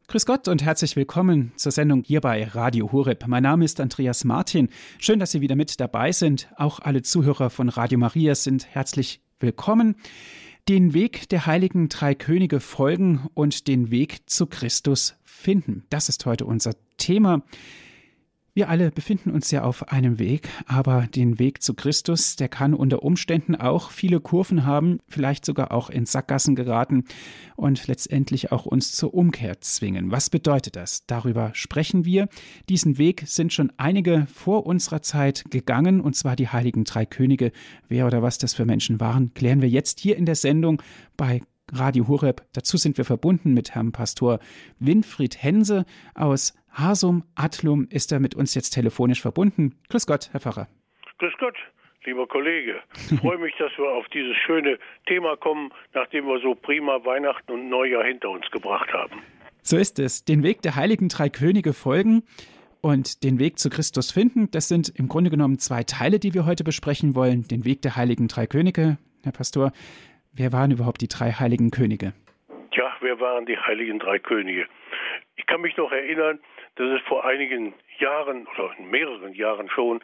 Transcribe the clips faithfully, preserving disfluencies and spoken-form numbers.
Grüß Gott und herzlich willkommen zur Sendung hier bei Radio Horeb. Mein Name ist Andreas Martin. Schön, dass Sie wieder mit dabei sind. Auch alle Zuhörer von Radio Maria sind herzlich willkommen. Den Weg der heiligen drei Könige folgen und den Weg zu Christus finden. Das ist heute unser Thema. Wir alle befinden uns ja auf einem Weg, aber den Weg zu Christus, der kann unter Umständen auch viele Kurven haben, vielleicht sogar auch in Sackgassen geraten und letztendlich auch uns zur Umkehr zwingen. Was bedeutet das? Darüber sprechen wir. Diesen Weg sind schon einige vor unserer Zeit gegangen, und zwar die heiligen drei Könige. Wer oder was das für Menschen waren, klären wir jetzt hier in der Sendung bei Radio Horeb. Dazu sind wir verbunden mit Herrn Pastor Winfried Hense aus Hasum Attlum. Ist er mit uns jetzt telefonisch verbunden? Grüß Gott, Herr Pfarrer. Grüß Gott, lieber Kollege. Ich freue mich, dass wir auf dieses schöne Thema kommen, nachdem wir so prima Weihnachten und Neujahr hinter uns gebracht haben. So ist es. Den Weg der heiligen drei Könige folgen und den Weg zu Christus finden. Das sind im Grunde genommen zwei Teile, die wir heute besprechen wollen. Den Weg der heiligen drei Könige. Herr Pastor, wer waren überhaupt die drei heiligen Könige? Tja, wer waren die heiligen drei Könige? Ich kann mich noch erinnern, dass es vor einigen Jahren oder mehreren Jahren schon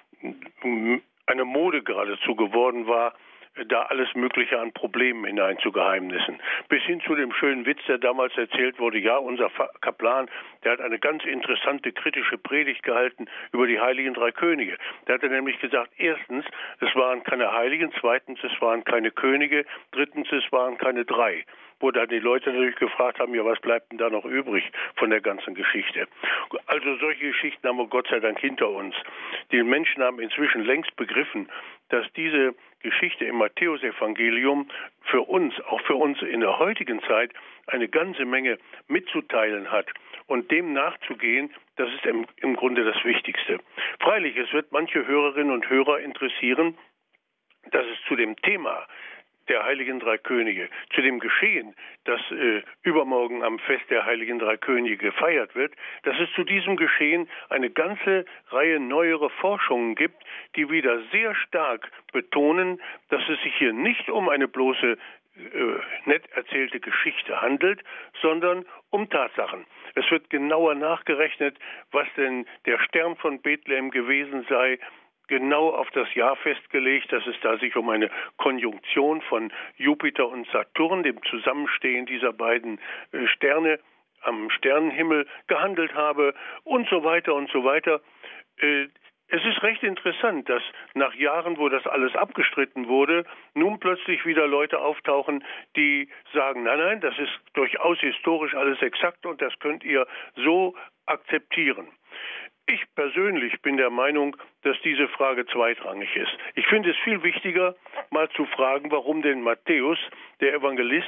eine Mode geradezu geworden war, da alles Mögliche an Problemen hinein zu Geheimnissen. Bis hin zu dem schönen Witz, der damals erzählt wurde, ja, unser Kaplan, der hat eine ganz interessante kritische Predigt gehalten über die heiligen drei Könige. Der hatte nämlich gesagt, erstens, es waren keine Heiligen, zweitens, es waren keine Könige, drittens, es waren keine drei. Wo dann die Leute natürlich gefragt haben, ja, was bleibt denn da noch übrig von der ganzen Geschichte? Also solche Geschichten haben wir Gott sei Dank hinter uns. Die Menschen haben inzwischen längst begriffen, dass diese Geschichte im Matthäusevangelium für uns, auch für uns in der heutigen Zeit, eine ganze Menge mitzuteilen hat. Und dem nachzugehen, das ist im, im Grunde das Wichtigste. Freilich, es wird manche Hörerinnen und Hörer interessieren, dass es zu dem Thema der heiligen drei Könige, zu dem Geschehen, das äh, übermorgen am Fest der heiligen drei Könige gefeiert wird, dass es zu diesem Geschehen eine ganze Reihe neuere Forschungen gibt, die wieder sehr stark betonen, dass es sich hier nicht um eine bloße äh, nett erzählte Geschichte handelt, sondern um Tatsachen. Es wird genauer nachgerechnet, was denn der Stern von Bethlehem gewesen sei, genau auf das Jahr festgelegt, dass es da sich um eine Konjunktion von Jupiter und Saturn, dem Zusammenstehen dieser beiden äh, Sterne am Sternenhimmel gehandelt habe und so weiter und so weiter. Äh, es ist recht interessant, dass nach Jahren, wo das alles abgestritten wurde, nun plötzlich wieder Leute auftauchen, die sagen, nein, nein, das ist durchaus historisch alles exakt und das könnt ihr so akzeptieren. Ich persönlich bin der Meinung, dass diese Frage zweitrangig ist. Ich finde es viel wichtiger, mal zu fragen, warum denn Matthäus, der Evangelist,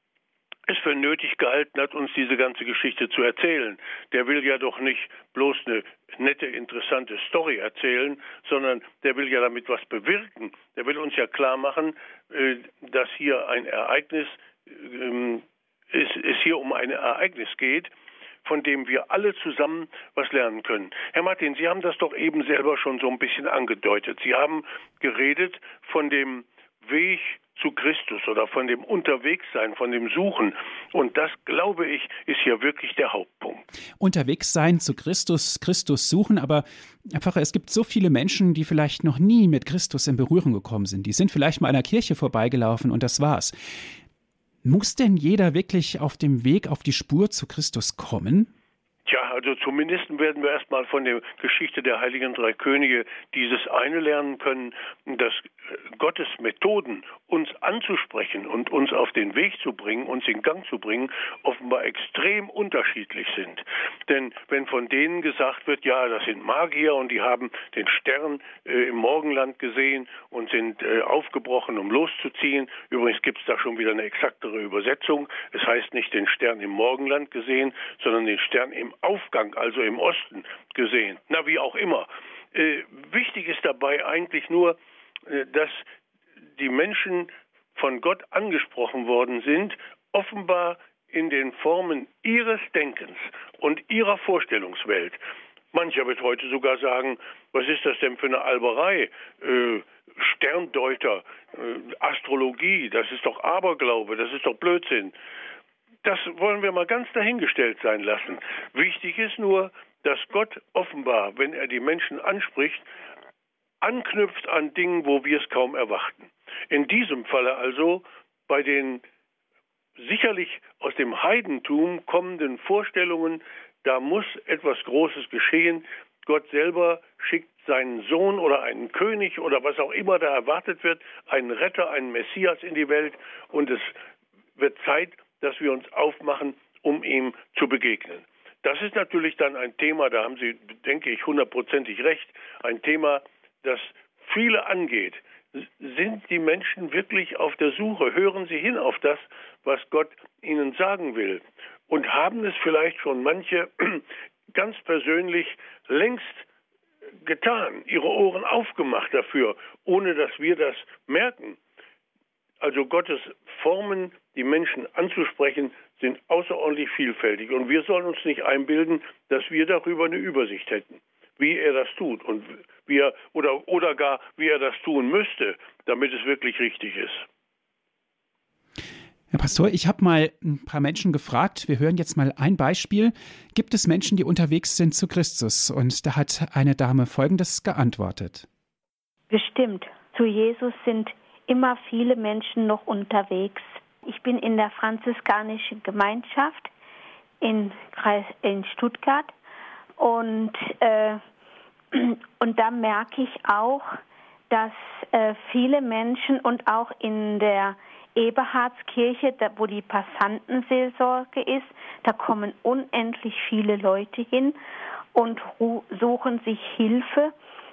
es für nötig gehalten hat, uns diese ganze Geschichte zu erzählen. Der will ja doch nicht bloß eine nette, interessante Story erzählen, sondern der will ja damit was bewirken. Der will uns ja klar machen, dass hier ein Ereignis, es, es hier um ein Ereignis geht, von dem wir alle zusammen was lernen können. Herr Martin, Sie haben das doch eben selber schon so ein bisschen angedeutet. Sie haben geredet von dem Weg zu Christus oder von dem Unterwegssein, von dem Suchen. Und das, glaube ich, ist hier wirklich der Hauptpunkt. Unterwegs sein zu Christus, Christus suchen, aber Herr Pfarrer, es gibt so viele Menschen, die vielleicht noch nie mit Christus in Berührung gekommen sind. Die sind vielleicht mal an einer Kirche vorbeigelaufen und das war's. Muss denn jeder wirklich auf dem Weg, auf die Spur zu Christus kommen? Tja, also zumindest werden wir erstmal von der Geschichte der heiligen drei Könige dieses eine lernen können, dass Gottes Methoden, uns anzusprechen und uns auf den Weg zu bringen, uns in Gang zu bringen, offenbar extrem unterschiedlich sind. Denn wenn von denen gesagt wird, ja, das sind Magier und die haben den Stern äh, im Morgenland gesehen und sind äh, aufgebrochen, um loszuziehen. Übrigens gibt es da schon wieder eine exaktere Übersetzung. Es heißt nicht den Stern im Morgenland gesehen, sondern den Stern im Aufgang, also im Osten, gesehen. Na, wie auch immer. Äh, wichtig ist dabei eigentlich nur, äh, dass die Menschen von Gott angesprochen worden sind, offenbar in den Formen ihres Denkens und ihrer Vorstellungswelt. Mancher wird heute sogar sagen, was ist das denn für eine Alberei? Äh, Sterndeuter, äh, Astrologie, das ist doch Aberglaube, das ist doch Blödsinn. das wollen wir mal ganz dahingestellt sein lassen. Wichtig ist nur, dass Gott offenbar, wenn er die Menschen anspricht, anknüpft an Dingen, wo wir es kaum erwarten. In diesem Falle also bei den sicherlich aus dem Heidentum kommenden Vorstellungen, da muss etwas Großes geschehen. Gott selber schickt seinen Sohn oder einen König oder was auch immer da erwartet wird, einen Retter, einen Messias in die Welt, und es wird Zeit, dass wir uns aufmachen, um ihm zu begegnen. Das ist natürlich dann ein Thema, da haben Sie, denke ich, hundertprozentig recht, ein Thema, das viele angeht. Sind die Menschen wirklich auf der Suche? Hören sie hin auf das, was Gott ihnen sagen will? Und haben es vielleicht schon manche ganz persönlich längst getan, ihre Ohren aufgemacht dafür, ohne dass wir das merken? Also Gottes Formen, die Menschen anzusprechen, sind außerordentlich vielfältig. Und wir sollen uns nicht einbilden, dass wir darüber eine Übersicht hätten, wie er das tut und wie er, oder, oder gar wie er das tun müsste, damit es wirklich richtig ist. Herr Pastor, ich habe mal ein paar Menschen gefragt. Wir hören jetzt mal ein Beispiel. Gibt es Menschen, die unterwegs sind zu Christus? Und da hat eine Dame Folgendes geantwortet. Bestimmt. Zu Jesus sind immer viele Menschen noch unterwegs. Ich bin in der franziskanischen Gemeinschaft in, Kreis, in Stuttgart und, äh, und da merke ich auch, dass äh, viele Menschen und auch in der Eberhardskirche, da, wo die Passantenseelsorge ist, da kommen unendlich viele Leute hin und ru- suchen sich Hilfe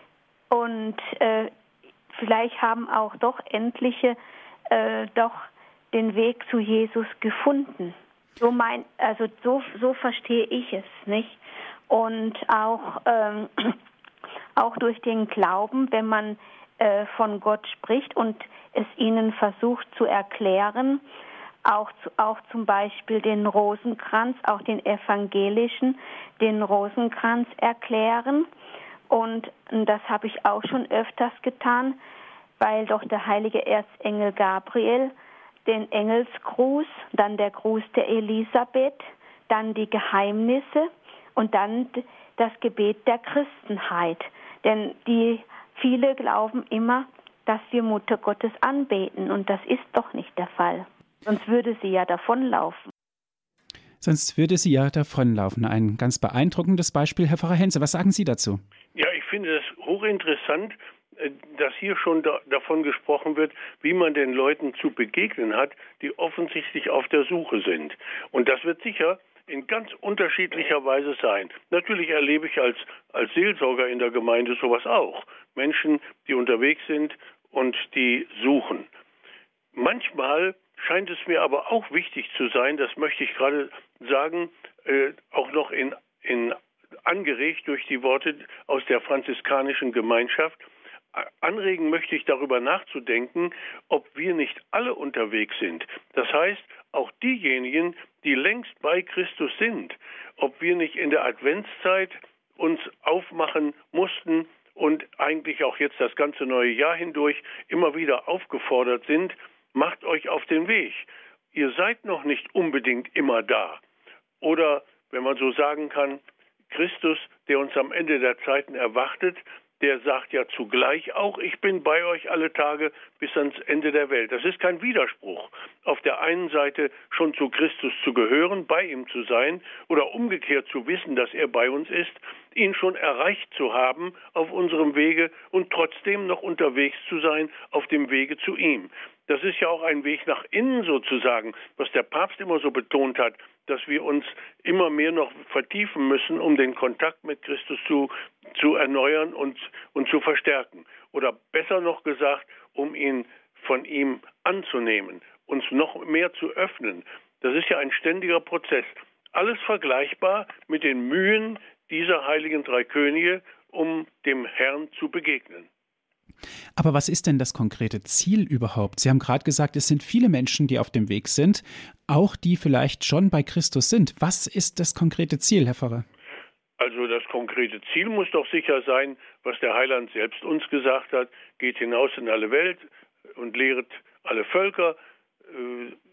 und äh, vielleicht haben auch doch etliche äh, doch den Weg zu Jesus gefunden. So mein, also so, so verstehe ich es, nicht? Und auch, ähm, auch durch den Glauben, wenn man äh, von Gott spricht und es ihnen versucht zu erklären, auch, zu, auch zum Beispiel den Rosenkranz, auch den evangelischen, den Rosenkranz erklären. Und das habe ich auch schon öfters getan, weil doch der heilige Erzengel Gabriel den Engelsgruß, dann der Gruß der Elisabeth, dann die Geheimnisse und dann das Gebet der Christenheit. Denn die viele glauben immer, dass wir Mutter Gottes anbeten, und das ist doch nicht der Fall. Sonst würde sie ja davonlaufen. Sonst würde sie ja davonlaufen. Ein ganz beeindruckendes Beispiel, Herr Pfarrer Henze. Was sagen Sie dazu? Ja, ich finde es hochinteressant, dass hier schon da, davon gesprochen wird, wie man den Leuten zu begegnen hat, die offensichtlich auf der Suche sind. Und das wird sicher in ganz unterschiedlicher Weise sein. Natürlich erlebe ich als, als Seelsorger in der Gemeinde sowas auch. Menschen, die unterwegs sind und die suchen. Manchmal scheint es mir aber auch wichtig zu sein, das möchte ich gerade sagen, äh, auch noch in, in angeregt durch die Worte aus der franziskanischen Gemeinschaft, anregen möchte ich darüber nachzudenken, ob wir nicht alle unterwegs sind. Das heißt, auch diejenigen, die längst bei Christus sind, ob wir nicht in der Adventszeit uns aufmachen mussten und eigentlich auch jetzt das ganze neue Jahr hindurch immer wieder aufgefordert sind, macht euch auf den Weg. Ihr seid noch nicht unbedingt immer da. Oder, wenn man so sagen kann, Christus, der uns am Ende der Zeiten erwartet, der sagt ja zugleich auch, ich bin bei euch alle Tage bis ans Ende der Welt. Das ist kein Widerspruch. Auf der einen Seite schon zu Christus zu gehören, bei ihm zu sein, oder umgekehrt zu wissen, dass er bei uns ist, ihn schon erreicht zu haben auf unserem Wege und trotzdem noch unterwegs zu sein auf dem Wege zu ihm. Das ist ja auch ein Weg nach innen sozusagen, was der Papst immer so betont hat, dass wir uns immer mehr noch vertiefen müssen, um den Kontakt mit Christus zu, zu erneuern und, und zu verstärken. Oder besser noch gesagt, um ihn von ihm anzunehmen, uns noch mehr zu öffnen. Das ist ja ein ständiger Prozess. Alles vergleichbar mit den Mühen dieser heiligen drei Könige, um dem Herrn zu begegnen. Aber was ist denn das konkrete Ziel überhaupt? Sie haben gerade gesagt, es sind viele Menschen, die auf dem Weg sind, auch die vielleicht schon bei Christus sind. Was ist das konkrete Ziel, Herr Pfarrer? Also das konkrete Ziel muss doch sicher sein, was der Heiland selbst uns gesagt hat: Geht hinaus in alle Welt und lehret alle Völker,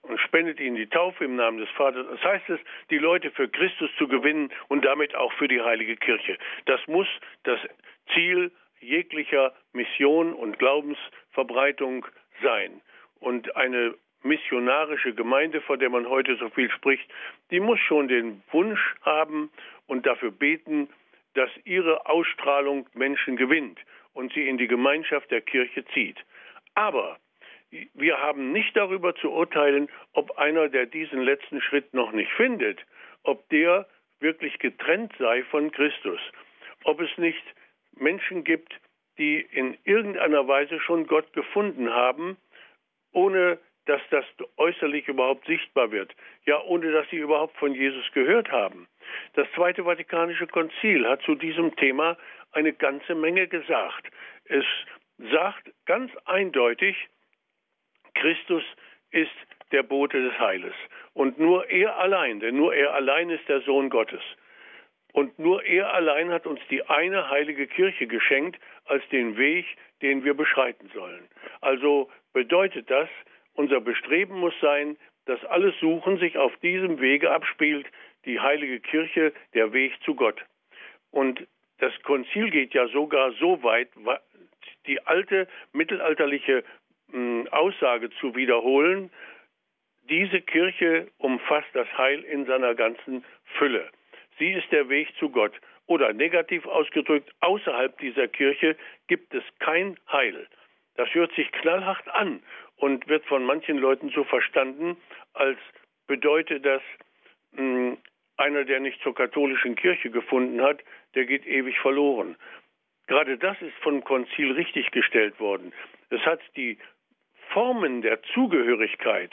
und spendet ihnen die Taufe im Namen des Vaters. Das heißt es, die Leute für Christus zu gewinnen und damit auch für die heilige Kirche. Das muss das Ziel jeglicher Mission und Glaubensverbreitung sein. Und eine missionarische Gemeinde, von der man heute so viel spricht, die muss schon den Wunsch haben und dafür beten, dass ihre Ausstrahlung Menschen gewinnt und sie in die Gemeinschaft der Kirche zieht. Aber wir haben nicht darüber zu urteilen, ob einer, der diesen letzten Schritt noch nicht findet, ob der wirklich getrennt sei von Christus. Ob es nicht Menschen gibt, die in irgendeiner Weise schon Gott gefunden haben, ohne dass das äußerlich überhaupt sichtbar wird, ja, ohne dass sie überhaupt von Jesus gehört haben. Das Zweite Vatikanische Konzil hat zu diesem Thema eine ganze Menge gesagt. Es sagt ganz eindeutig, Christus ist der Bote des Heiles. Und nur er allein, denn nur er allein ist der Sohn Gottes. Und nur er allein hat uns die eine heilige Kirche geschenkt als den Weg, den wir beschreiten sollen. Also bedeutet das, unser Bestreben muss sein, dass alles Suchen sich auf diesem Wege abspielt, die heilige Kirche, der Weg zu Gott. Und das Konzil geht ja sogar so weit, die alte mittelalterliche Aussage zu wiederholen, diese Kirche umfasst das Heil in seiner ganzen Fülle. Sie ist der Weg zu Gott. Oder negativ ausgedrückt, außerhalb dieser Kirche gibt es kein Heil. Das hört sich knallhart an und wird von manchen Leuten so verstanden, als bedeute das, mh, einer, der nicht zur katholischen Kirche gefunden hat, der geht ewig verloren. Gerade das ist vom Konzil richtig gestellt worden. Es hat die Formen der Zugehörigkeit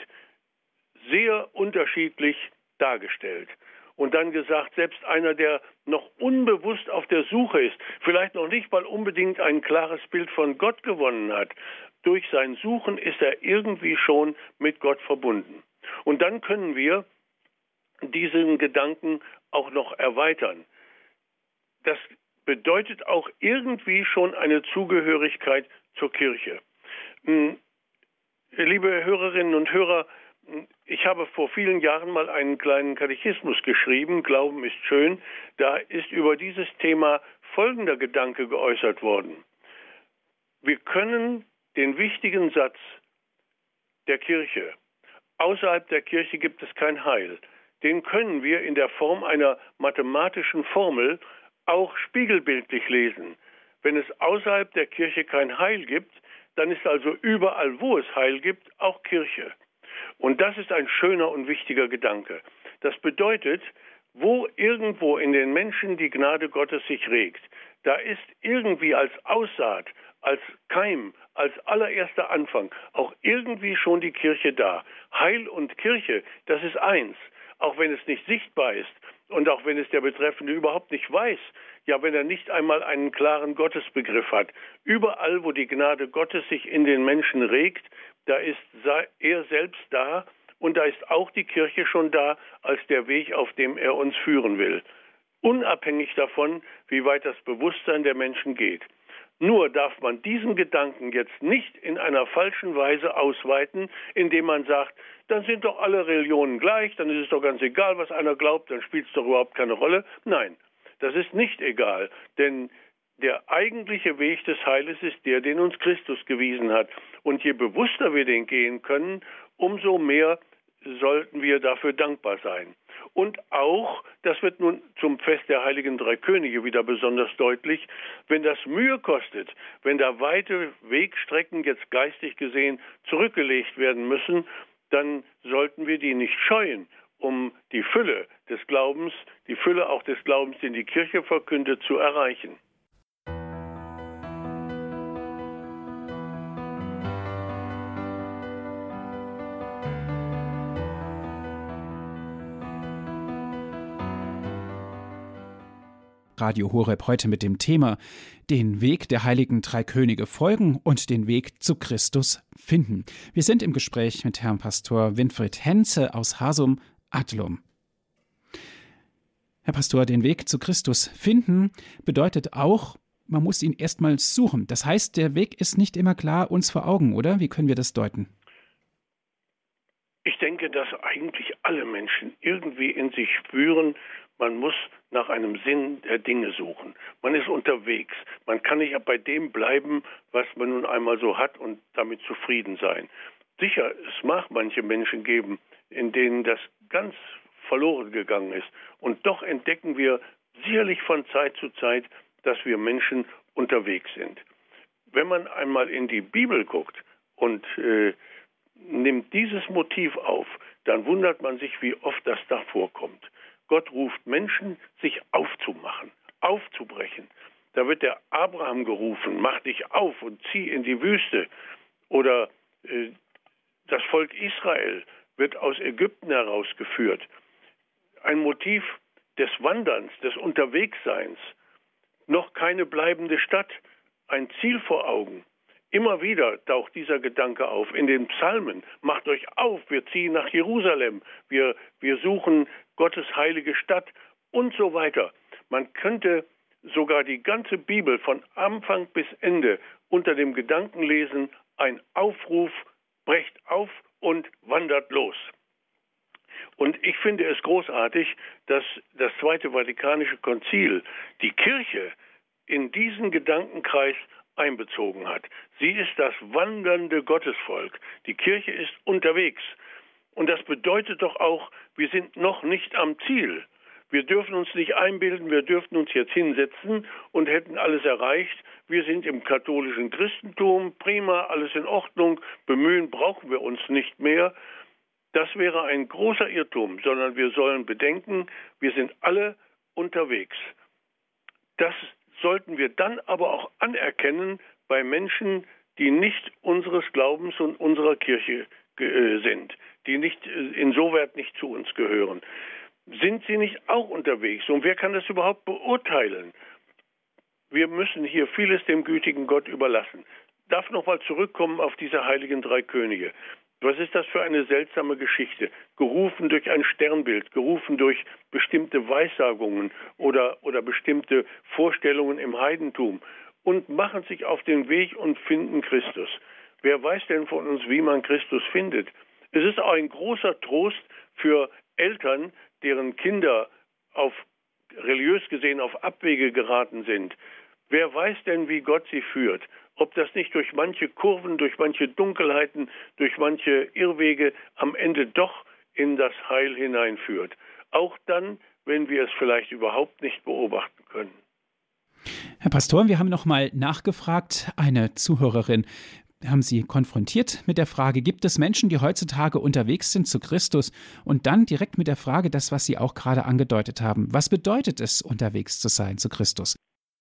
sehr unterschiedlich dargestellt. Und dann gesagt, selbst einer, der noch unbewusst auf der Suche ist, vielleicht noch nicht mal unbedingt ein klares Bild von Gott gewonnen hat, durch sein Suchen ist er irgendwie schon mit Gott verbunden. Und dann können wir diesen Gedanken auch noch erweitern. Das bedeutet auch irgendwie schon eine Zugehörigkeit zur Kirche. Liebe Hörerinnen und Hörer, ich habe vor vielen Jahren mal einen kleinen Katechismus geschrieben, Glauben ist schön. Da ist über dieses Thema folgender Gedanke geäußert worden. Wir können den wichtigen Satz der Kirche, außerhalb der Kirche gibt es kein Heil, den können wir in der Form einer mathematischen Formel auch spiegelbildlich lesen. Wenn es außerhalb der Kirche kein Heil gibt, dann ist also überall, wo es Heil gibt, auch Kirche. Und das ist ein schöner und wichtiger Gedanke. Das bedeutet, wo irgendwo in den Menschen die Gnade Gottes sich regt, da ist irgendwie als Aussaat, als Keim, als allererster Anfang auch irgendwie schon die Kirche da. Heil und Kirche, das ist eins, auch wenn es nicht sichtbar ist und auch wenn es der Betreffende überhaupt nicht weiß, ja, wenn er nicht einmal einen klaren Gottesbegriff hat. Überall, wo die Gnade Gottes sich in den Menschen regt, da ist er selbst da und da ist auch die Kirche schon da als der Weg, auf dem er uns führen will. Unabhängig davon, wie weit das Bewusstsein der Menschen geht. Nur darf man diesen Gedanken jetzt nicht in einer falschen Weise ausweiten, indem man sagt, dann sind doch alle Religionen gleich, dann ist es doch ganz egal, was einer glaubt, dann spielt es doch überhaupt keine Rolle. Nein, das ist nicht egal, denn der eigentliche Weg des Heiles ist der, den uns Christus gewiesen hat. Und je bewusster wir den gehen können, umso mehr sollten wir dafür dankbar sein. Und auch, das wird nun zum Fest der Heiligen Drei Könige wieder besonders deutlich, wenn das Mühe kostet, wenn da weite Wegstrecken jetzt geistig gesehen zurückgelegt werden müssen, dann sollten wir die nicht scheuen, um die Fülle des Glaubens, die Fülle auch des Glaubens, den die Kirche verkündet, zu erreichen. Radio Horeb heute mit dem Thema den Weg der heiligen drei Könige folgen und den Weg zu Christus finden. Wir sind im Gespräch mit Herrn Pastor Winfried Henze aus Hasum Adlum. Herr Pastor, den Weg zu Christus finden bedeutet auch, man muss ihn erstmal suchen. Das heißt, der Weg ist nicht immer klar uns vor Augen, oder? Wie können wir das deuten? Ich denke, dass eigentlich alle Menschen irgendwie in sich spüren, man muss nach einem Sinn der Dinge suchen. Man ist unterwegs. Man kann nicht bei dem bleiben, was man nun einmal so hat und damit zufrieden sein. Sicher, es mag manche Menschen geben, in denen das ganz verloren gegangen ist. Und doch entdecken wir sicherlich von Zeit zu Zeit, dass wir Menschen unterwegs sind. Wenn man einmal in die Bibel guckt und äh, nimmt dieses Motiv auf, dann wundert man sich, wie oft das da vorkommt. Gott ruft Menschen, sich aufzumachen, aufzubrechen. Da wird der Abraham gerufen, mach dich auf und zieh in die Wüste. Oder äh, das Volk Israel wird aus Ägypten herausgeführt. Ein Motiv des Wanderns, des Unterwegsseins. Noch keine bleibende Stadt, ein Ziel vor Augen. Immer wieder taucht dieser Gedanke auf in den Psalmen. Macht euch auf, wir ziehen nach Jerusalem, wir, wir suchen Gottes heilige Stadt und so weiter. Man könnte sogar die ganze Bibel von Anfang bis Ende unter dem Gedanken lesen, ein Aufruf, brecht auf und wandert los. Und ich finde es großartig, dass das Zweite Vatikanische Konzil die Kirche in diesen Gedankenkreis einbezogen hat. Sie ist das wandernde Gottesvolk. Die Kirche ist unterwegs. Und das bedeutet doch auch, wir sind noch nicht am Ziel. Wir dürfen uns nicht einbilden, wir dürften uns jetzt hinsetzen und hätten alles erreicht. Wir sind im katholischen Christentum, prima, alles in Ordnung, bemühen brauchen wir uns nicht mehr. Das wäre ein großer Irrtum, sondern wir sollen bedenken, wir sind alle unterwegs. Das sollten wir dann aber auch anerkennen bei Menschen, die nicht unseres Glaubens und unserer Kirche äh, sind, die nicht äh, insoweit nicht zu uns gehören. Sind sie nicht auch unterwegs? Und wer kann das überhaupt beurteilen? Wir müssen hier vieles dem gütigen Gott überlassen. Ich darf noch mal zurückkommen auf diese heiligen drei Könige. Was ist das für eine seltsame Geschichte? Gerufen durch ein Sternbild, gerufen durch bestimmte Weissagungen oder, oder bestimmte Vorstellungen im Heidentum und machen sich auf den Weg und finden Christus. Wer weiß denn von uns, wie man Christus findet? Es ist auch ein großer Trost für Eltern, deren Kinder auf religiös gesehen auf Abwege geraten sind. Wer weiß denn, wie Gott sie führt? Ob das nicht durch manche Kurven, durch manche Dunkelheiten, durch manche Irrwege am Ende doch in das Heil hineinführt. Auch dann, wenn wir es vielleicht überhaupt nicht beobachten können. Herr Pastor, wir haben noch mal nachgefragt. Eine Zuhörerin haben Sie konfrontiert mit der Frage, gibt es Menschen, die heutzutage unterwegs sind zu Christus? Und dann direkt mit der Frage, das, was Sie auch gerade angedeutet haben. Was bedeutet es, unterwegs zu sein zu Christus?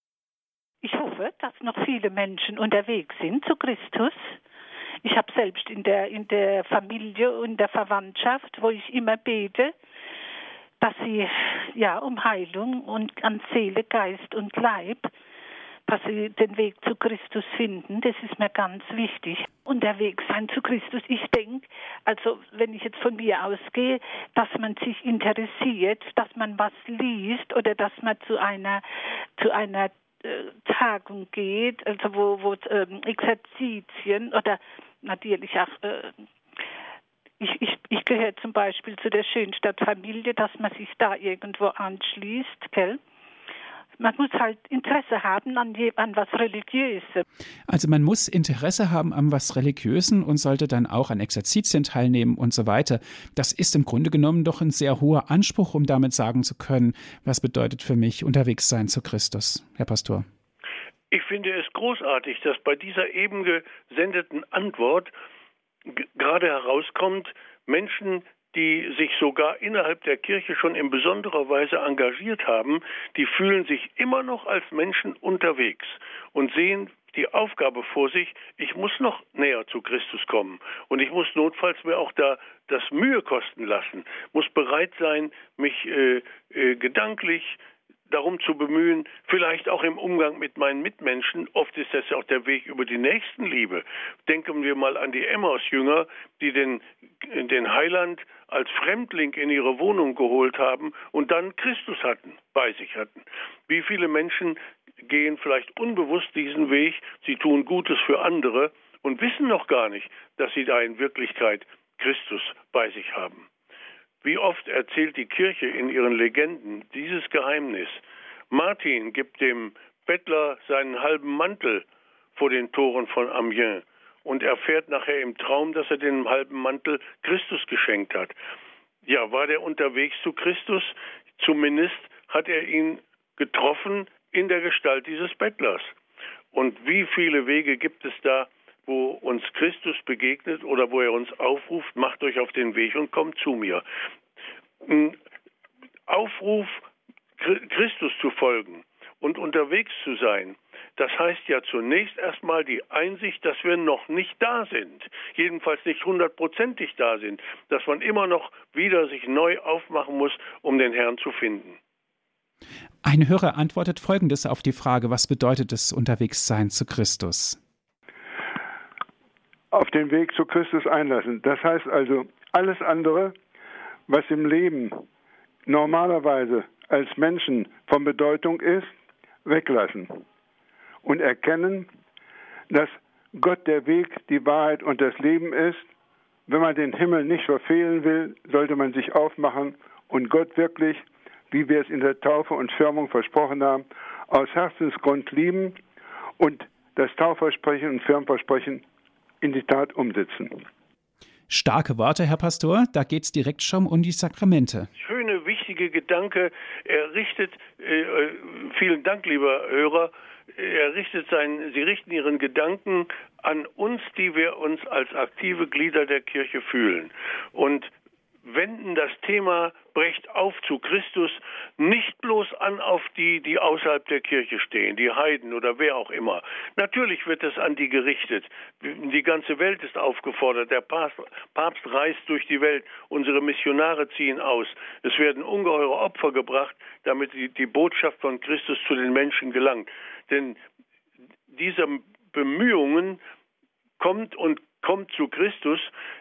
Ich hoffe, dass noch viele Menschen unterwegs sind zu Christus. Ich habe selbst in der, in der Familie und der Verwandtschaft, wo ich immer bete, dass sie ja um Heilung und an Seele, Geist und Leib, dass sie den Weg zu Christus finden. Das ist mir ganz wichtig. Unterwegs sein zu Christus. Ich denke, also wenn ich jetzt von mir ausgehe, dass man sich interessiert, dass man was liest oder dass man zu einer zu einer Tagung geht, also wo, wo ähm, Exerzitien oder natürlich auch, äh, ich, ich, ich gehöre zum Beispiel zu der Schönstadt-Familie, dass man sich da irgendwo anschließt, gell? Man muss halt Interesse haben an, je, an was Religiösem. Also man muss Interesse haben an was Religiösen und sollte dann auch an Exerzitien teilnehmen und so weiter. Das ist im Grunde genommen doch ein sehr hoher Anspruch, um damit sagen zu können, was bedeutet für mich unterwegs sein zu Christus, Herr Pastor. Ich finde es großartig, dass bei dieser eben gesendeten Antwort g- gerade herauskommt, Menschen, die sich sogar innerhalb der Kirche schon in besonderer Weise engagiert haben, die fühlen sich immer noch als Menschen unterwegs und sehen die Aufgabe vor sich, ich muss noch näher zu Christus kommen und ich muss notfalls mir auch da das Mühe kosten lassen, muss bereit sein, mich äh, äh, gedanklich darum zu bemühen, vielleicht auch im Umgang mit meinen Mitmenschen. Oft ist das ja auch der Weg über die Nächstenliebe. Denken wir mal an die Emmaus-Jünger, die den, den Heiland als Fremdling in ihre Wohnung geholt haben und dann Christus hatten, bei sich hatten. Wie viele Menschen gehen vielleicht unbewusst diesen Weg, sie tun Gutes für andere und wissen noch gar nicht, dass sie da in Wirklichkeit Christus bei sich haben. Wie oft erzählt die Kirche in ihren Legenden dieses Geheimnis? Martin gibt dem Bettler seinen halben Mantel vor den Toren von Amiens und erfährt nachher im Traum, dass er den halben Mantel Christus geschenkt hat. Ja, war der unterwegs zu Christus? Zumindest hat er ihn getroffen in der Gestalt dieses Bettlers. Und wie viele Wege gibt es da, wo uns Christus begegnet oder wo er uns aufruft, macht euch auf den Weg und kommt zu mir. Ein Aufruf, Christus zu folgen und unterwegs zu sein, das heißt ja zunächst erstmal die Einsicht, dass wir noch nicht da sind, jedenfalls nicht hundertprozentig da sind, dass man immer noch wieder sich neu aufmachen muss, um den Herrn zu finden. Ein Hörer antwortet Folgendes auf die Frage, was bedeutet es, unterwegs sein zu Christus? Auf den Weg zu Christus einlassen. Das heißt also, alles andere, was im Leben normalerweise als Menschen von Bedeutung ist, weglassen. Und erkennen, dass Gott der Weg, die Wahrheit und das Leben ist. Wenn man den Himmel nicht verfehlen will, sollte man sich aufmachen und Gott wirklich, wie wir es in der Taufe und Firmung versprochen haben, aus Herzensgrund lieben und das Taufversprechen und Firmversprechen in die Tat umsetzen. Starke Worte, Herr Pastor, da geht es direkt schon um die Sakramente. Schöne, wichtige Gedanke. Er richtet, äh, vielen Dank, lieber Hörer, er richtet sein, Sie richten Ihren Gedanken an uns, die wir uns als aktive Glieder der Kirche fühlen. Und wenden das Thema brecht auf zu Christus nicht bloß an auf die, die außerhalb der Kirche stehen, die Heiden oder wer auch immer. Natürlich wird es an die gerichtet. Die ganze Welt ist aufgefordert. Der Papst, Papst reist durch die Welt. Unsere Missionare ziehen aus. Es werden ungeheure Opfer gebracht, damit die, die Botschaft von Christus zu den Menschen gelangt. Denn diese Bemühungen kommt und kommt zu Christus,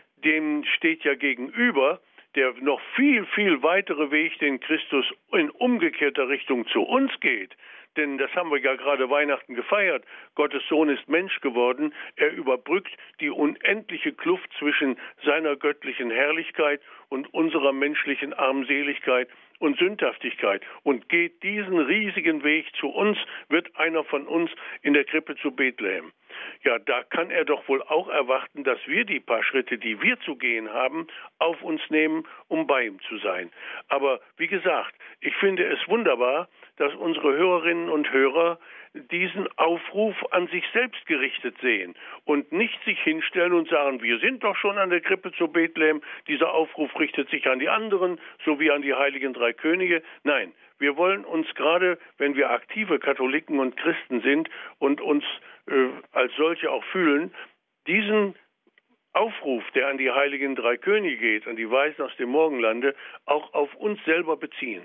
dem steht ja gegenüber der noch viel, viel weitere Weg, den Christus in umgekehrter Richtung zu uns geht. Denn das haben wir ja gerade Weihnachten gefeiert. Gottes Sohn ist Mensch geworden. Er überbrückt die unendliche Kluft zwischen seiner göttlichen Herrlichkeit und unserer menschlichen Armseligkeit und Sündhaftigkeit und geht diesen riesigen Weg zu uns, wird einer von uns in der Krippe zu Bethlehem. Ja, da kann er doch wohl auch erwarten, dass wir die paar Schritte, die wir zu gehen haben, auf uns nehmen, um bei ihm zu sein. Aber wie gesagt, ich finde es wunderbar, dass unsere Hörerinnen und Hörer diesen Aufruf an sich selbst gerichtet sehen und nicht sich hinstellen und sagen, wir sind doch schon an der Krippe zu Bethlehem, dieser Aufruf richtet sich an die anderen, so wie an die heiligen drei Könige. Nein, wir wollen uns gerade, wenn wir aktive Katholiken und Christen sind und uns äh, als solche auch fühlen, diesen Aufruf, der an die heiligen drei Könige geht, an die Weisen aus dem Morgenlande, auch auf uns selber beziehen.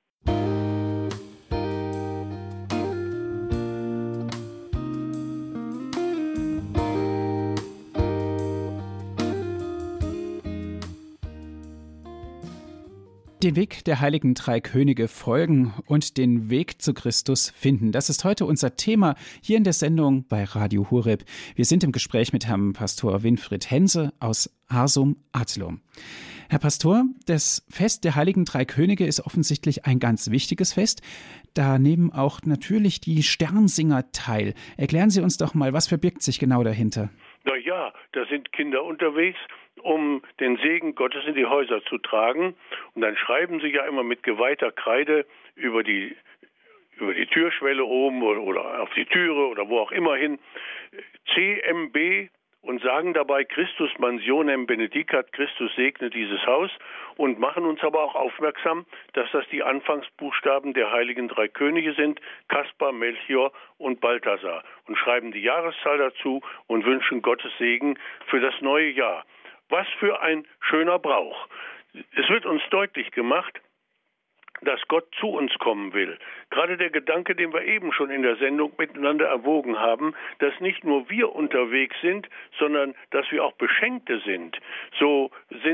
Den Weg der heiligen drei Könige folgen und den Weg zu Christus finden. Das ist heute unser Thema hier in der Sendung bei Radio Horeb. Wir sind im Gespräch mit Herrn Pastor Winfried Hense aus Arsum Adlum. Herr Pastor, das Fest der heiligen drei Könige ist offensichtlich ein ganz wichtiges Fest. Da nehmen auch natürlich die Sternsinger teil. Erklären Sie uns doch mal, was verbirgt sich genau dahinter? Na ja, da sind Kinder unterwegs, um den Segen Gottes in die Häuser zu tragen. Und dann schreiben sie ja immer mit geweihter Kreide über die, über die Türschwelle oben oder, oder auf die Türe oder wo auch immer hin C M B und sagen dabei, Christus mansionem benedicat, Christus segne dieses Haus und machen uns aber auch aufmerksam, dass das die Anfangsbuchstaben der heiligen drei Könige sind, Kaspar, Melchior und Balthasar, und schreiben die Jahreszahl dazu und wünschen Gottes Segen für das neue Jahr. Was für ein schöner Brauch. Es wird uns deutlich gemacht, dass Gott zu uns kommen will. Gerade der Gedanke, den wir eben schon in der Sendung miteinander erwogen haben, dass nicht nur wir unterwegs sind, sondern dass wir auch Beschenkte sind. So sind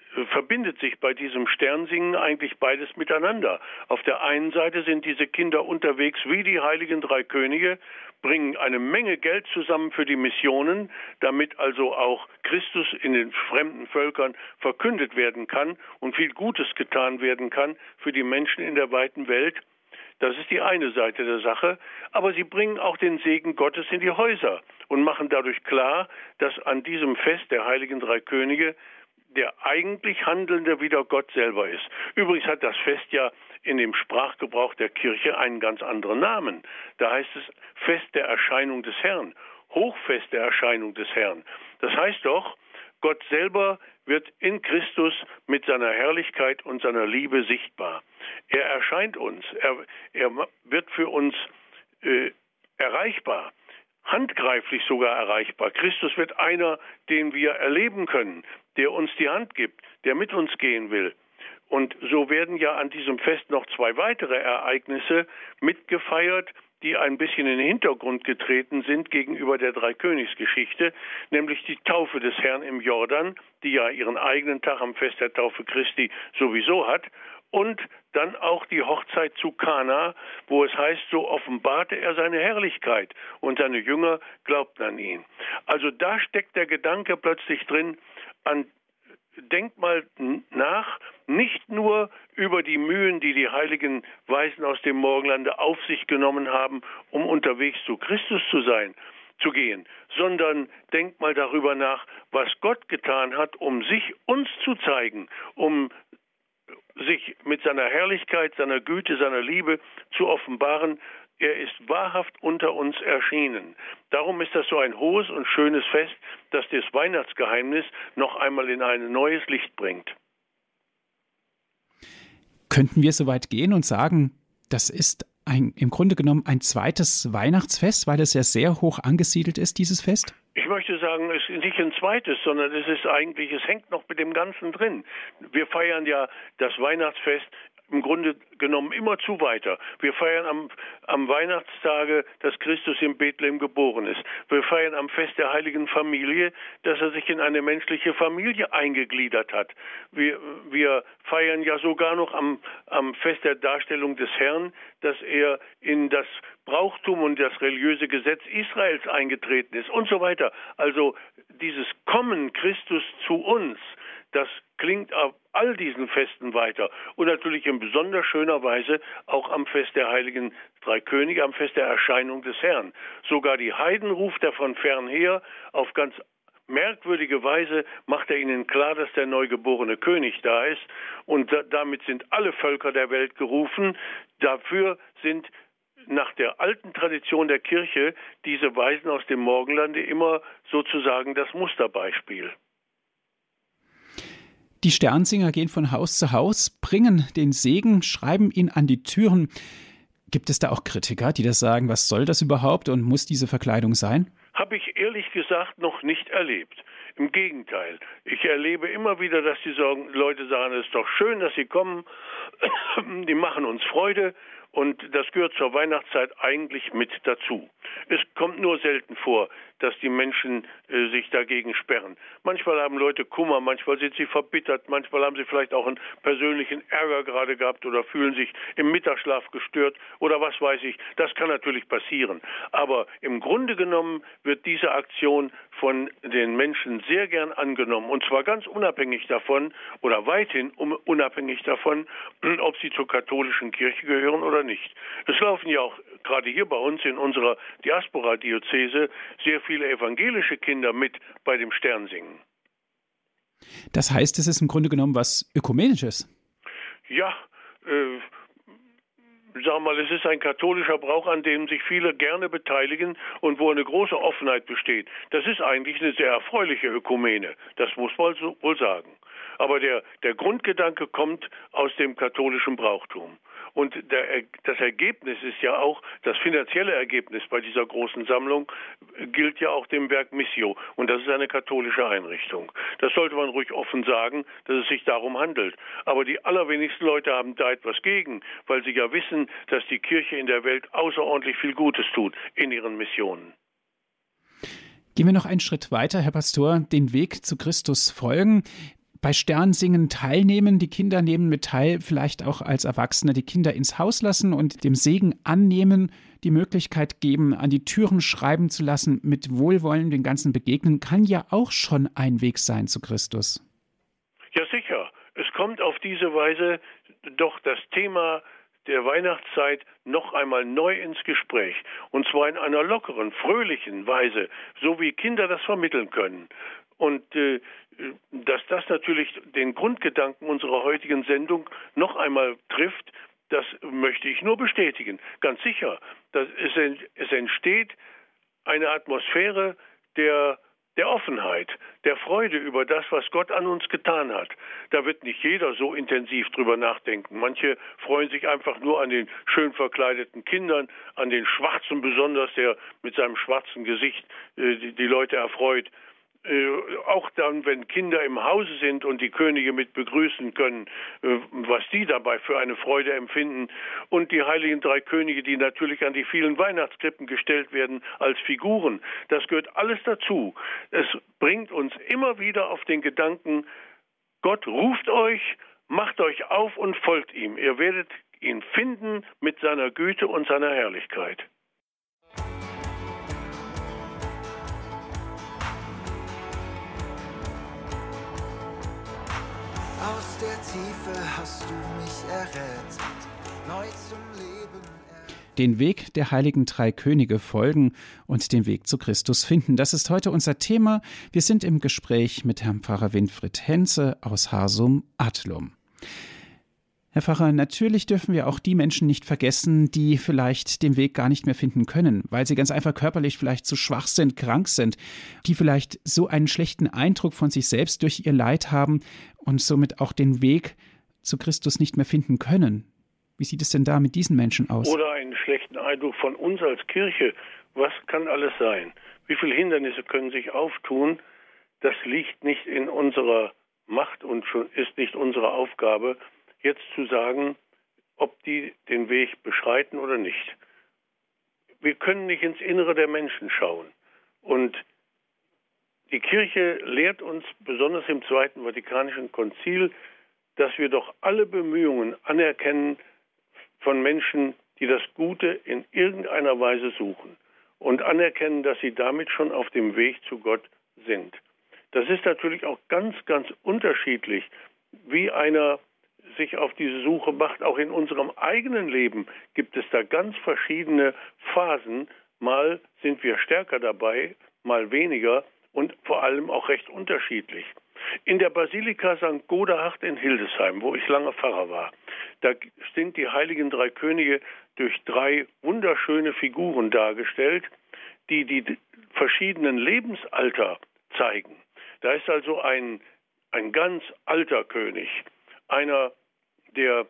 verbindet sich bei diesem Sternsingen eigentlich beides miteinander. Auf der einen Seite sind diese Kinder unterwegs wie die heiligen drei Könige, bringen eine Menge Geld zusammen für die Missionen, damit also auch Christus in den fremden Völkern verkündet werden kann und viel Gutes getan werden kann für die Menschen in der weiten Welt. Das ist die eine Seite der Sache. Aber sie bringen auch den Segen Gottes in die Häuser und machen dadurch klar, dass an diesem Fest der heiligen drei Könige der eigentlich Handelnde wieder Gott selber ist. Übrigens hat das Fest ja in dem Sprachgebrauch der Kirche einen ganz anderen Namen. Da heißt es Fest der Erscheinung des Herrn, Hochfest der Erscheinung des Herrn. Das heißt doch, Gott selber wird in Christus mit seiner Herrlichkeit und seiner Liebe sichtbar. Er erscheint uns, er, er wird für uns äh, erreichbar. Handgreiflich sogar erreichbar. Christus wird einer, den wir erleben können, der uns die Hand gibt, der mit uns gehen will. Und so werden ja an diesem Fest noch zwei weitere Ereignisse mitgefeiert, die ein bisschen in den Hintergrund getreten sind gegenüber der Dreikönigsgeschichte, nämlich die Taufe des Herrn im Jordan, die ja ihren eigenen Tag am Fest der Taufe Christi sowieso hat, und dann auch die Hochzeit zu Kana, wo es heißt, so offenbarte er seine Herrlichkeit und seine Jünger glaubten an ihn. Also da steckt der Gedanke plötzlich drin, an denkt mal nach, nicht nur über die Mühen, die die heiligen Weisen aus dem Morgenlande auf sich genommen haben, um unterwegs zu Christus zu sein, zu gehen, sondern denkt mal darüber nach, was Gott getan hat, um sich uns zu zeigen, um sich mit seiner Herrlichkeit, seiner Güte, seiner Liebe zu offenbaren. Er ist wahrhaft unter uns erschienen. Darum ist das so ein hohes und schönes Fest, das das Weihnachtsgeheimnis noch einmal in ein neues Licht bringt. Könnten wir so weit gehen und sagen, das ist ein, im Grunde genommen ein zweites Weihnachtsfest, weil es ja sehr hoch angesiedelt ist, dieses Fest? Ich möchte sagen, es ist nicht ein zweites, sondern es ist eigentlich, es hängt noch mit dem Ganzen drin. Wir feiern ja das Weihnachtsfest im Grunde genommen immerzu weiter. Wir feiern am, am Weihnachtstage, dass Christus in Bethlehem geboren ist. Wir feiern am Fest der heiligen Familie, dass er sich in eine menschliche Familie eingegliedert hat. Wir, wir feiern ja sogar noch am, am Fest der Darstellung des Herrn, dass er in das Brauchtum und das religiöse Gesetz Israels eingetreten ist und so weiter. Also dieses Kommen Christus zu uns, das klingt auf all diesen Festen weiter und natürlich in besonders schöner Weise auch am Fest der heiligen drei Könige, am Fest der Erscheinung des Herrn. Sogar die Heiden ruft er von fern her, auf ganz merkwürdige Weise macht er ihnen klar, dass der neugeborene König da ist und da, damit sind alle Völker der Welt gerufen. Dafür sind nach der alten Tradition der Kirche diese Weisen aus dem Morgenlande immer sozusagen das Musterbeispiel. Die Sternsinger gehen von Haus zu Haus, bringen den Segen, schreiben ihn an die Türen. Gibt es da auch Kritiker, die das sagen, was soll das überhaupt und muss diese Verkleidung sein? Habe ich ehrlich gesagt noch nicht erlebt. Im Gegenteil, ich erlebe immer wieder, dass die Leute sagen, es ist doch schön, dass sie kommen, die machen uns Freude. Und das gehört zur Weihnachtszeit eigentlich mit dazu. Es kommt nur selten vor, dass die Menschen äh, sich dagegen sperren. Manchmal haben Leute Kummer, manchmal sind sie verbittert, manchmal haben sie vielleicht auch einen persönlichen Ärger gerade gehabt oder fühlen sich im Mittagsschlaf gestört oder was weiß ich. Das kann natürlich passieren. Aber im Grunde genommen wird diese Aktion von den Menschen sehr gern angenommen. Und zwar ganz unabhängig davon oder weithin unabhängig davon, ob sie zur katholischen Kirche gehören oder nicht. Es laufen ja auch gerade hier bei uns in unserer Diaspora-Diözese sehr viele evangelische Kinder mit bei dem Sternsingen. Das heißt, es ist im Grunde genommen was Ökumenisches. Ja, äh, sagen wir mal, es ist ein katholischer Brauch, an dem sich viele gerne beteiligen und wo eine große Offenheit besteht. Das ist eigentlich eine sehr erfreuliche Ökumene, das muss man so wohl sagen. Aber der, der Grundgedanke kommt aus dem katholischen Brauchtum. Und der, das Ergebnis ist ja auch, das finanzielle Ergebnis bei dieser großen Sammlung gilt ja auch dem Werk Missio. Und das ist eine katholische Einrichtung. Das sollte man ruhig offen sagen, dass es sich darum handelt. Aber die allerwenigsten Leute haben da etwas gegen, weil sie ja wissen, dass die Kirche in der Welt außerordentlich viel Gutes tut in ihren Missionen. Gehen wir noch einen Schritt weiter, Herr Pastor, den Weg zu Christus folgen. bei Sternsingen teilnehmen. Die Kinder nehmen mit teil, vielleicht auch als Erwachsene die Kinder ins Haus lassen und dem Segen annehmen, die Möglichkeit geben, an die Türen schreiben zu lassen, mit Wohlwollen den Ganzen begegnen, kann ja auch schon ein Weg sein zu Christus. Ja, sicher. Es kommt auf diese Weise doch das Thema der Weihnachtszeit noch einmal neu ins Gespräch. Und zwar in einer lockeren, fröhlichen Weise, so wie Kinder das vermitteln können. Und äh, dass das natürlich den Grundgedanken unserer heutigen Sendung noch einmal trifft, das möchte ich nur bestätigen. Ganz sicher, dass es, es entsteht eine Atmosphäre der der Offenheit, der Freude über das, was Gott an uns getan hat. Da wird nicht jeder so intensiv drüber nachdenken. Manche freuen sich einfach nur an den schön verkleideten Kindern, an den Schwarzen besonders, der mit seinem schwarzen Gesicht äh, die, die Leute erfreut. Äh, auch dann, wenn Kinder im Hause sind und die Könige mit begrüßen können, äh, was die dabei für eine Freude empfinden. Und die heiligen drei Könige, die natürlich an die vielen Weihnachtskrippen gestellt werden als Figuren. Das gehört alles dazu. Es bringt uns immer wieder auf den Gedanken, Gott ruft euch, macht euch auf und folgt ihm. Ihr werdet ihn finden mit seiner Güte und seiner Herrlichkeit. Aus der Tiefe hast du mich errettet, neu zum Leben errettet. Den Weg der heiligen drei Könige folgen und den Weg zu Christus finden. Das ist heute unser Thema. Wir sind im Gespräch mit Herrn Pfarrer Winfried Henze aus Harsum-Adlum. Herr Pfarrer, natürlich dürfen wir auch die Menschen nicht vergessen, die vielleicht den Weg gar nicht mehr finden können, weil sie ganz einfach körperlich vielleicht zu schwach sind, krank sind, die vielleicht so einen schlechten Eindruck von sich selbst durch ihr Leid haben und somit auch den Weg zu Christus nicht mehr finden können. Wie sieht es denn da mit diesen Menschen aus? Oder einen schlechten Eindruck von uns als Kirche. Was kann alles sein? Wie viele Hindernisse können sich auftun? Das liegt nicht in unserer Macht und schon ist nicht unsere Aufgabe, jetzt zu sagen, ob die den Weg beschreiten oder nicht. Wir können nicht ins Innere der Menschen schauen. Und die Kirche lehrt uns, besonders im Zweiten Vatikanischen Konzil, dass wir doch alle Bemühungen anerkennen von Menschen, die das Gute in irgendeiner Weise suchen und anerkennen, dass sie damit schon auf dem Weg zu Gott sind. Das ist natürlich auch ganz, ganz unterschiedlich, wie einer sich auf diese Suche macht. Auch in unserem eigenen Leben gibt es da ganz verschiedene Phasen. Mal sind wir stärker dabei, mal weniger und vor allem auch recht unterschiedlich. In der Basilika Sankt Godehard in Hildesheim, wo ich lange Pfarrer war, da sind die heiligen drei Könige durch drei wunderschöne Figuren dargestellt, die die verschiedenen Lebensalter zeigen. Da ist also ein, ein ganz alter König, einer, der,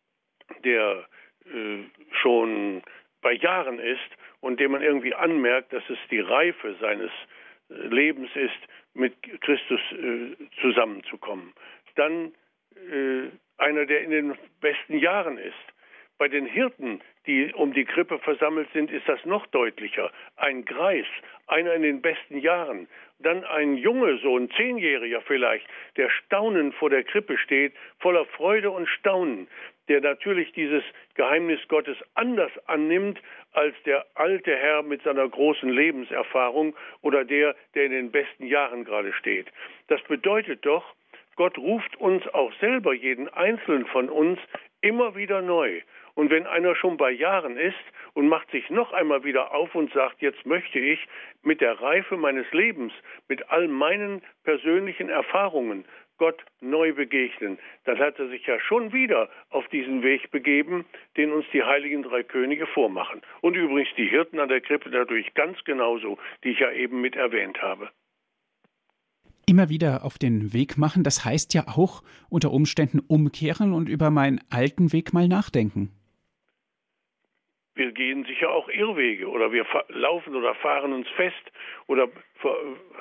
der äh, schon bei Jahren ist und dem man irgendwie anmerkt, dass es die Reife seines äh, Lebens ist, mit Christus äh, zusammenzukommen. Dann äh, einer, der in den besten Jahren ist. Bei den Hirten, die um die Krippe versammelt sind, ist das noch deutlicher. Ein Greis, einer in den besten Jahren. Dann ein Junge, so ein Zehnjähriger vielleicht, der staunend vor der Krippe steht, voller Freude und Staunen, der natürlich dieses Geheimnis Gottes anders annimmt als der alte Herr mit seiner großen Lebenserfahrung oder der, der in den besten Jahren gerade steht. Das bedeutet doch, Gott ruft uns auch selber, jeden Einzelnen von uns, immer wieder neu. Und wenn einer schon bei Jahren ist und macht sich noch einmal wieder auf und sagt, jetzt möchte ich mit der Reife meines Lebens, mit all meinen persönlichen Erfahrungen Gott neu begegnen, dann hat er sich ja schon wieder auf diesen Weg begeben, den uns die heiligen drei Könige vormachen. Und übrigens die Hirten an der Krippe dadurch ganz genauso, die ich ja eben mit erwähnt habe. Immer wieder auf den Weg machen, das heißt ja auch unter Umständen umkehren und über meinen alten Weg mal nachdenken. Wir gehen sicher auch Irrwege oder wir laufen oder fahren uns fest oder ver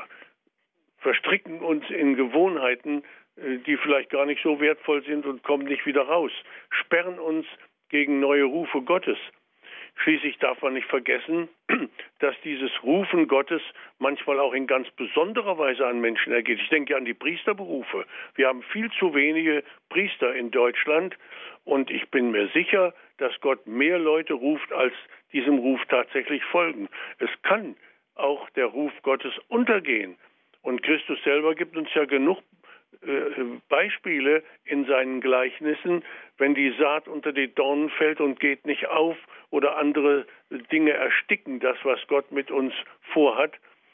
verstricken uns in Gewohnheiten, die vielleicht gar nicht so wertvoll sind und kommen nicht wieder raus, sperren uns gegen neue Rufe Gottes. Schließlich darf man nicht vergessen, dass dieses Rufen Gottes manchmal auch in ganz besonderer Weise an Menschen ergeht. Ich denke an die Priesterberufe. Wir haben viel zu wenige Priester in Deutschland und ich bin mir sicher, dass Gott mehr Leute ruft, als diesem Ruf tatsächlich folgen. Es kann auch der Ruf Gottes untergehen. Und Christus selber gibt uns ja genug Beispiele in seinen Gleichnissen, wenn die Saat unter die Dornen fällt und geht nicht auf oder andere Dinge ersticken, das, was Gott mit uns vorhat,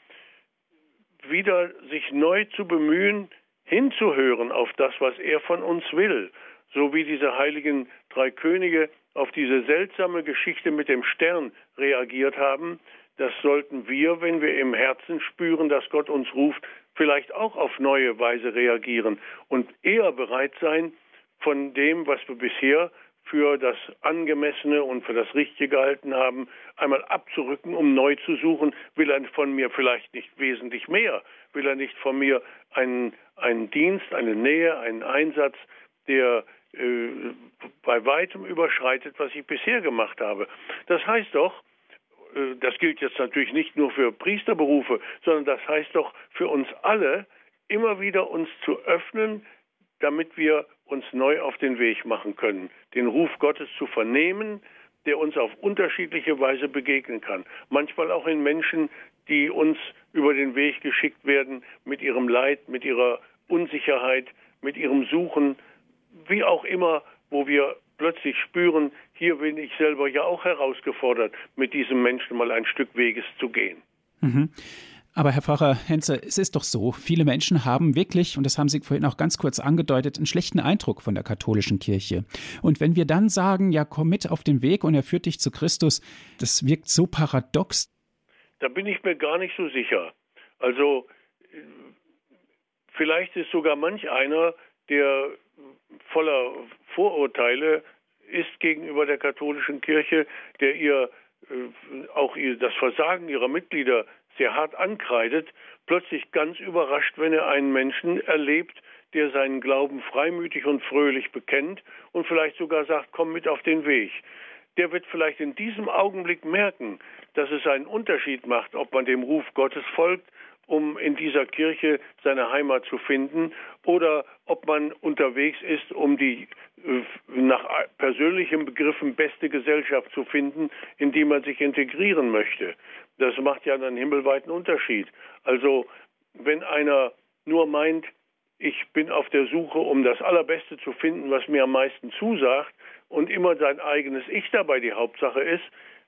wieder sich neu zu bemühen, hinzuhören auf das, was er von uns will, so wie diese heiligen drei Könige auf diese seltsame Geschichte mit dem Stern reagiert haben. Das sollten wir, wenn wir im Herzen spüren, dass Gott uns ruft, vielleicht auch auf neue Weise reagieren und eher bereit sein, von dem, was wir bisher für das Angemessene und für das Richtige gehalten haben, einmal abzurücken, um neu zu suchen. Will er von mir vielleicht nicht wesentlich mehr? Will er nicht von mir einen, einen Dienst, eine Nähe, einen Einsatz, der äh, bei weitem überschreitet, was ich bisher gemacht habe? Das heißt doch, das gilt jetzt natürlich nicht nur für Priesterberufe, sondern das heißt doch für uns alle, immer wieder uns zu öffnen, damit wir uns neu auf den Weg machen können, den Ruf Gottes zu vernehmen, der uns auf unterschiedliche Weise begegnen kann. Manchmal auch in Menschen, die uns über den Weg geschickt werden, mit ihrem Leid, mit ihrer Unsicherheit, mit ihrem Suchen, wie auch immer, wo wir plötzlich spüren, hier bin ich selber ja auch herausgefordert, mit diesem Menschen mal ein Stück Weges zu gehen. Mhm. Aber Herr Pfarrer Henze, es ist doch so, viele Menschen haben wirklich, und das haben Sie vorhin auch ganz kurz angedeutet, einen schlechten Eindruck von der katholischen Kirche. Und wenn wir dann sagen, ja, komm mit auf den Weg und er führt dich zu Christus, das wirkt so paradox. Da bin ich mir gar nicht so sicher. Also vielleicht ist sogar manch einer, der voller Vorurteile ist gegenüber der katholischen Kirche, der ihr äh, auch ihr, das Versagen ihrer Mitglieder sehr hart ankreidet, plötzlich ganz überrascht, wenn er einen Menschen erlebt, der seinen Glauben freimütig und fröhlich bekennt und vielleicht sogar sagt, komm mit auf den Weg. Der wird vielleicht in diesem Augenblick merken, dass es einen Unterschied macht, ob man dem Ruf Gottes folgt, um in dieser Kirche seine Heimat zu finden, oder ob man unterwegs ist, um die nach persönlichen Begriffen beste Gesellschaft zu finden, in die man sich integrieren möchte. Das macht ja einen himmelweiten Unterschied. Also wenn einer nur meint, ich bin auf der Suche, um das Allerbeste zu finden, was mir am meisten zusagt, und immer sein eigenes Ich dabei die Hauptsache ist,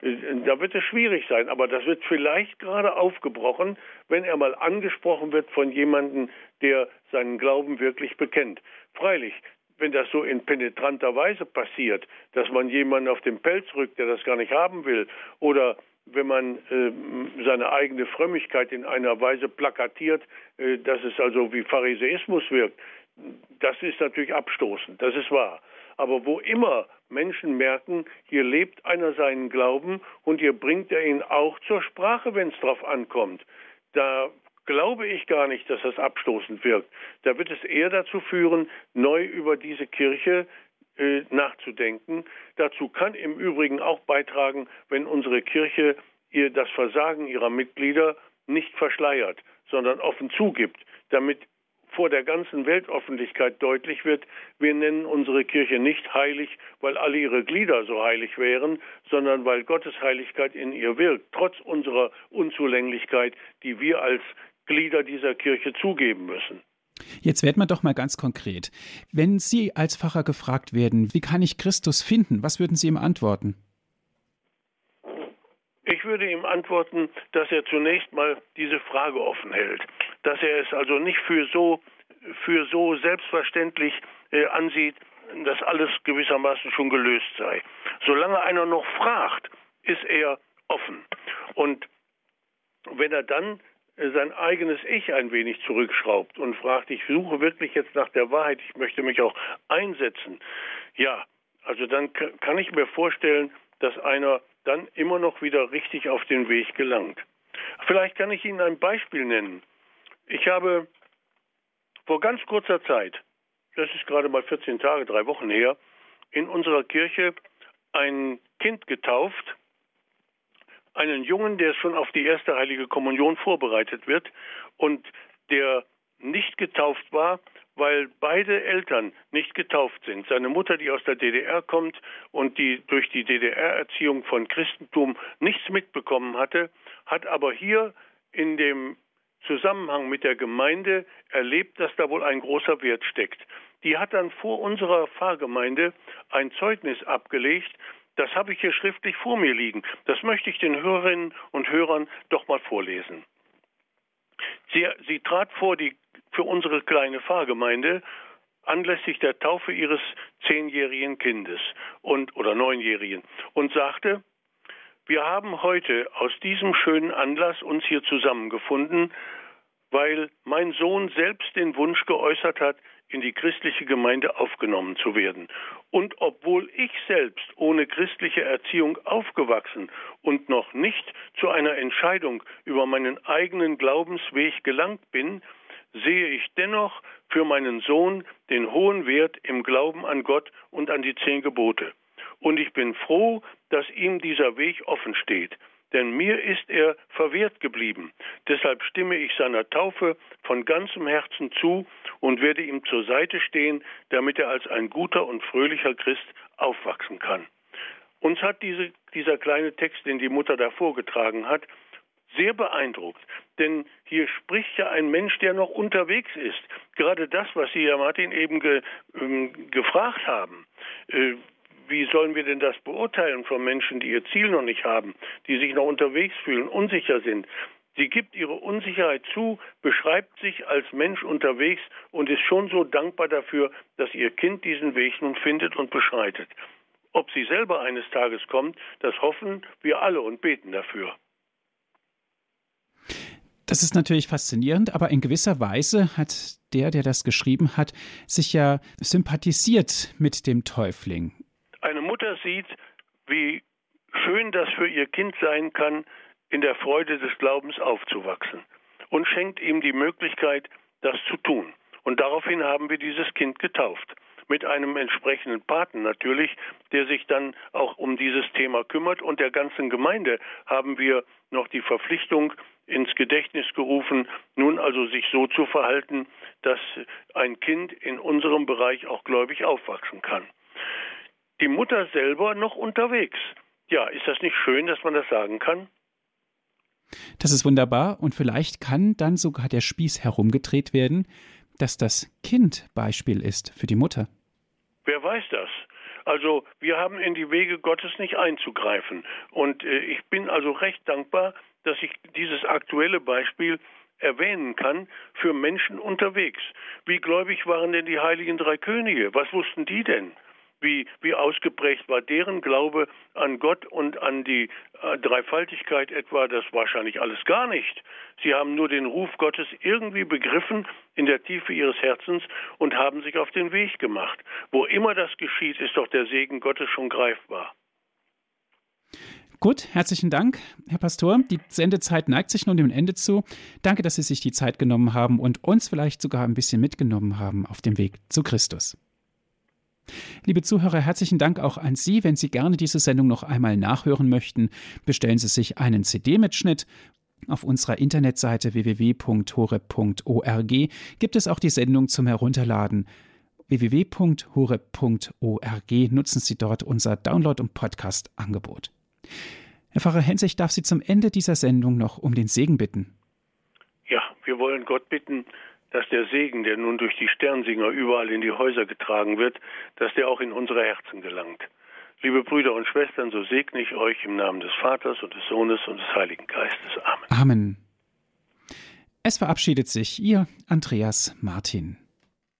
da wird es schwierig sein. Aber das wird vielleicht gerade aufgebrochen, wenn er mal angesprochen wird von jemandem, der seinen Glauben wirklich bekennt. Freilich, wenn das so in penetranter Weise passiert, dass man jemanden auf den Pelz rückt, der das gar nicht haben will, oder wenn man äh, seine eigene Frömmigkeit in einer Weise plakatiert, äh, dass es also wie Pharisäismus wirkt, das ist natürlich abstoßend, das ist wahr. Aber wo immer Menschen merken, hier lebt einer seinen Glauben und hier bringt er ihn auch zur Sprache, wenn es drauf ankommt, da glaube ich gar nicht, dass das abstoßend wirkt. Da wird es eher dazu führen, neu über diese Kirche äh, nachzudenken. Dazu kann im Übrigen auch beitragen, wenn unsere Kirche ihr das Versagen ihrer Mitglieder nicht verschleiert, sondern offen zugibt, damit vor der ganzen Weltöffentlichkeit deutlich wird, wir nennen unsere Kirche nicht heilig, weil alle ihre Glieder so heilig wären, sondern weil Gottes Heiligkeit in ihr wirkt, trotz unserer Unzulänglichkeit, die wir als Glieder dieser Kirche zugeben müssen. Jetzt werden wir doch mal ganz konkret. Wenn Sie als Pfarrer gefragt werden, wie kann ich Christus finden, was würden Sie ihm antworten? Ich würde ihm antworten, dass er zunächst mal diese Frage offen hält, dass er es also nicht für so, für so selbstverständlich äh, ansieht, dass alles gewissermaßen schon gelöst sei. Solange einer noch fragt, ist er offen. Und wenn er dann äh, sein eigenes Ich ein wenig zurückschraubt und fragt, ich suche wirklich jetzt nach der Wahrheit, ich möchte mich auch einsetzen, ja, also dann k- kann ich mir vorstellen, dass einer dann immer noch wieder richtig auf den Weg gelangt. Vielleicht kann ich Ihnen ein Beispiel nennen. Ich habe vor ganz kurzer Zeit, das ist gerade mal vierzehn Tage, drei Wochen her, in unserer Kirche ein Kind getauft, einen Jungen, der schon auf die erste heilige Kommunion vorbereitet wird und der nicht getauft war, weil beide Eltern nicht getauft sind. Seine Mutter, die aus der D D R kommt und die durch die D D R-Erziehung von Christentum nichts mitbekommen hatte, hat aber hier in dem Zusammenhang mit der Gemeinde erlebt, dass da wohl ein großer Wert steckt. Die hat dann vor unserer Pfarrgemeinde ein Zeugnis abgelegt. Das habe ich hier schriftlich vor mir liegen. Das möchte ich den Hörerinnen und Hörern doch mal vorlesen. Sie, sie trat vor die, für unsere kleine Pfarrgemeinde anlässlich der Taufe ihres zehnjährigen Kindes und, oder neunjährigen und sagte: Wir haben heute aus diesem schönen Anlass uns hier zusammengefunden, weil mein Sohn selbst den Wunsch geäußert hat, in die christliche Gemeinde aufgenommen zu werden. Und obwohl ich selbst ohne christliche Erziehung aufgewachsen und noch nicht zu einer Entscheidung über meinen eigenen Glaubensweg gelangt bin, sehe ich dennoch für meinen Sohn den hohen Wert im Glauben an Gott und an die zehn Gebote. Und ich bin froh, dass ihm dieser Weg offen steht. Denn mir ist er verwehrt geblieben. Deshalb stimme ich seiner Taufe von ganzem Herzen zu und werde ihm zur Seite stehen, damit er als ein guter und fröhlicher Christ aufwachsen kann. Uns hat diese, dieser kleine Text, den die Mutter da vorgetragen hat, sehr beeindruckt. Denn hier spricht ja ein Mensch, der noch unterwegs ist. Gerade das, was Sie, Herr Martin, eben ge, ähm, gefragt haben. Äh, Wie sollen wir denn das beurteilen von Menschen, die ihr Ziel noch nicht haben, die sich noch unterwegs fühlen, unsicher sind? Sie gibt ihre Unsicherheit zu, beschreibt sich als Mensch unterwegs und ist schon so dankbar dafür, dass ihr Kind diesen Weg nun findet und beschreitet. Ob sie selber eines Tages kommt, das hoffen wir alle und beten dafür. Das ist natürlich faszinierend, aber in gewisser Weise hat der, der das geschrieben hat, sich ja sympathisiert mit dem Täufling. Eine Mutter sieht, wie schön das für ihr Kind sein kann, in der Freude des Glaubens aufzuwachsen und schenkt ihm die Möglichkeit, das zu tun. Und daraufhin haben wir dieses Kind getauft. Mit einem entsprechenden Paten natürlich, der sich dann auch um dieses Thema kümmert. Und der ganzen Gemeinde haben wir noch die Verpflichtung ins Gedächtnis gerufen, nun also sich so zu verhalten, dass ein Kind in unserem Bereich auch gläubig aufwachsen kann. Die Mutter selber noch unterwegs. Ja, ist das nicht schön, dass man das sagen kann? Das ist wunderbar und vielleicht kann dann sogar der Spieß herumgedreht werden, dass das Kind Beispiel ist für die Mutter. Wer weiß das? Also wir haben in die Wege Gottes nicht einzugreifen. Und äh, ich bin also recht dankbar, dass ich dieses aktuelle Beispiel erwähnen kann für Menschen unterwegs. Wie gläubig waren denn die heiligen drei Könige? Was wussten die denn? Wie, wie ausgeprägt war deren Glaube an Gott und an die äh, Dreifaltigkeit etwa? Das wahrscheinlich alles gar nicht. Sie haben nur den Ruf Gottes irgendwie begriffen in der Tiefe ihres Herzens und haben sich auf den Weg gemacht. Wo immer das geschieht, ist doch der Segen Gottes schon greifbar. Gut, herzlichen Dank, Herr Pastor. Die Sendezeit neigt sich nun dem Ende zu. Danke, dass Sie sich die Zeit genommen haben und uns vielleicht sogar ein bisschen mitgenommen haben auf dem Weg zu Christus. Liebe Zuhörer, herzlichen Dank auch an Sie. Wenn Sie gerne diese Sendung noch einmal nachhören möchten, bestellen Sie sich einen C D-Mitschnitt. Auf unserer Internetseite w w w punkt horeb punkt org gibt es auch die Sendung zum Herunterladen. w w w punkt horeb punkt org nutzen Sie dort unser Download- und Podcast-Angebot. Herr Pfarrer Hense, ich darf Sie zum Ende dieser Sendung noch um den Segen bitten. Ja, wir wollen Gott bitten, dass der Segen, der nun durch die Sternsinger überall in die Häuser getragen wird, dass der auch in unsere Herzen gelangt. Liebe Brüder und Schwestern, so segne ich euch im Namen des Vaters und des Sohnes und des Heiligen Geistes. Amen. Amen. Es verabschiedet sich Ihr Andreas Martin.